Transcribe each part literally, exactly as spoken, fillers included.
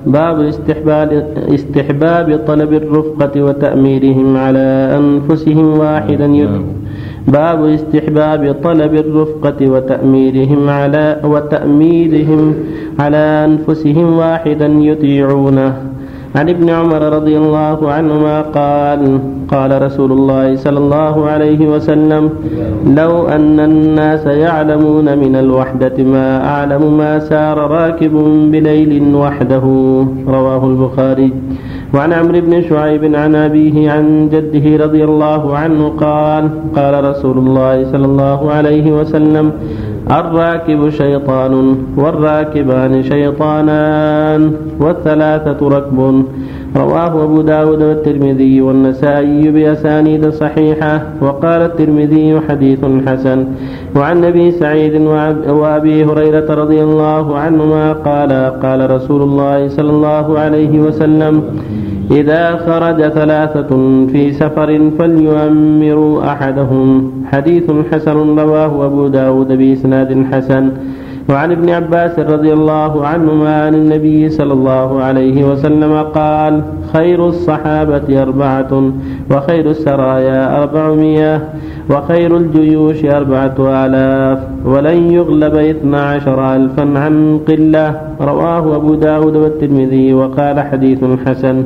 باب استحباب, استحباب طلب الرفقة وتأميرهم على أنفسهم واحدا يطيع باب استحباب طلب الرفقة وتأميرهم على وتأميرهم على أنفسهم واحدا يطيعونه. عن ابن عمر رضي الله عنهما قال قال رسول الله صلى الله عليه وسلم لو أن الناس يعلمون من الوحدة ما أعلم ما سار راكب بليل وحده. رواه البخاري. وعن عمرو بن شعيب عن أبيه عن جده رضي الله عنه قال قال رسول الله صلى الله عليه وسلم الراكب شيطان والراكبان شيطانان والثلاثة ركب. رواه أبو داود والترمذي والنسائي بأسانيد صحيحة. وقال الترمذي حديث حسن. وعن أبي سعيد وأبي هريرة رضي الله عنهما قال قال رسول الله صلى الله عليه وسلم إذا خرج ثلاثة في سفر فليؤمروا أحدهم. حديث حسن. رواه أبو داود بإسناد حسن. وعن ابن عباس رضي الله عنهما عن النبي صلى الله عليه وسلم قال خير الصحابة أربعة وخير السرايا أربعمائة وخير الجيوش أربعة آلاف ولن يغلب اثنا عشر ألفا عن قلة. رواه أبو داود والترمذي وقال حديث حسن.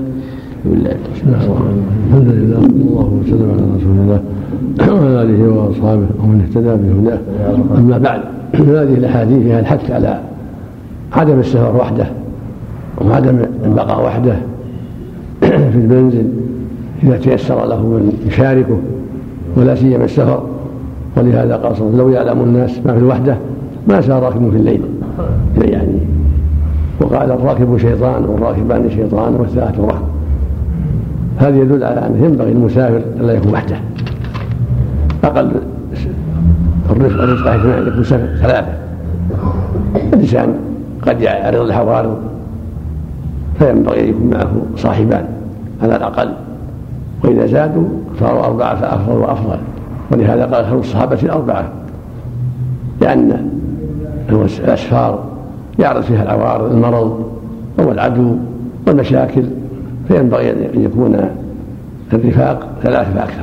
الحمد لله اللهم صل على رسول الله وعلى آله وأصحابه ومن اهتدى بهداه. أما بعد، هذه الأحاديث فيها الحث على عدم السفر وحده وعدم البقاء وحده في المنزل إذا تيسر له من يشاركه ولا سيما السفر. ولهذا قال صلى الله عليه وسلم لو يعلم الناس ما في الوحدة ما سار راكب في الليل يعني. وقال الراكب شيطان والراكبان شيطان والثلاثة ركب. هذا يدل على أنه ينبغي المسافر ألا يكون وحده. أقل الرفق الرفقة اثنان يكون سفر ثلاثة. الإنسان قد يعرض الحوارض فينبغي أن يكون معه صاحبان على الأقل، وإذا زادوا صاروا أربعة فأفضل وأفضل. ولهذا قال خير الصحابة الأربعة، لأن الأسفار يعرض فيها العوارض المرض أو العدو والمشاكل، فينبغي أن يكون الرفاق ثلاثة فأكثر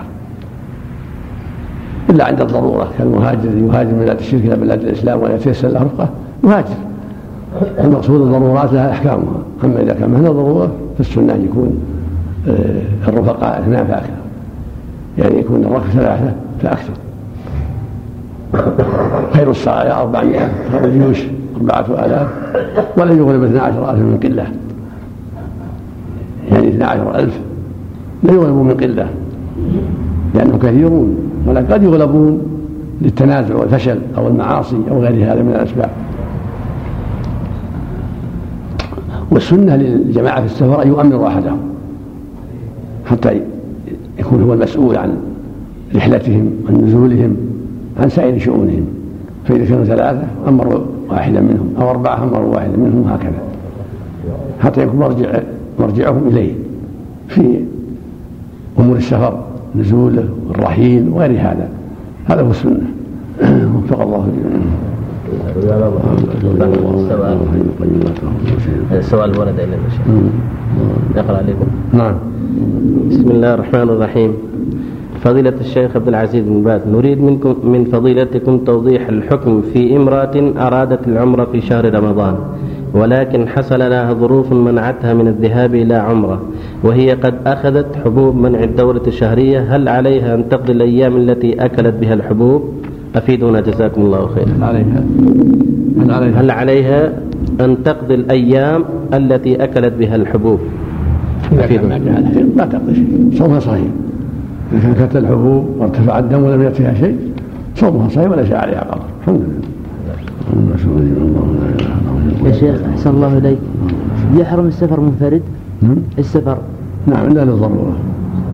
إلا عند الضرورة كالمهاجر يهاجر من بلاد الشرك إلى بلاد الإسلام ويتيسر له رفقة يهاجر. المقصود الضرورات لها أحكامها. أما إذا كان هذا ضرورة فالسنة أن يكون الرفقاء اثنان فأكثر، يعني يكون الركب ثلاثة فأكثر. خير السرايا أربعمائة خير الجيوش أربعة آلاف ولن يغلب اثنا عشر ألف من قلة، يعني اثنا عشر ألف لا يغلبون من قلة لأنهم كثيرون، ولكن قد يغلبون للتنازع والفشل أو المعاصي أو غير هذا من الأسباب. والسنة للجماعة في السفر أن يؤمروا أحدهم حتى يكون هو المسؤول عن رحلتهم ونزولهم عن سائر شؤونهم. فإذا كانوا ثلاثة أمروا واحدا منهم أو أربعة أمروا واحدا منهم، هكذا حتى يكون مرجع مرجعهم إليه في أمور السفر، نزوله والرحيل وغير هذا. هذا هو السنة. وفق الله السؤال ورد إلى الشيخ نقرأ عليكم. نعم. بسم الله الرحمن الرحيم. فضيلة الشيخ عبد العزيز بن باز، نريد منكم من فضيلتكم توضيح الحكم في امرأة أرادت العمرة في شهر رمضان ولكن حصل لها ظروف منعتها من الذهاب إلى عمرة وهي قد أخذت حبوب منع الدورة الشهرية، هل عليها أن تقضي الأيام التي أكلت بها الحبوب؟ أفيدونا جزاكم الله خير. عليها. هل عليها هل عليها أن تقضي الأيام التي أكلت بها الحبوب؟ أفيدونا. لا تقضي شيء، صومها صحيح. إذا كانت أكلت الحبوب وارتفع الدم ولم يأتيها شيء صومها صحيح ولا شيء عليها قضاء. الحمد لله. يا شيخ أحسن الله إليك، يحرم السفر منفرد؟ السفر نعم إلا للضرورة.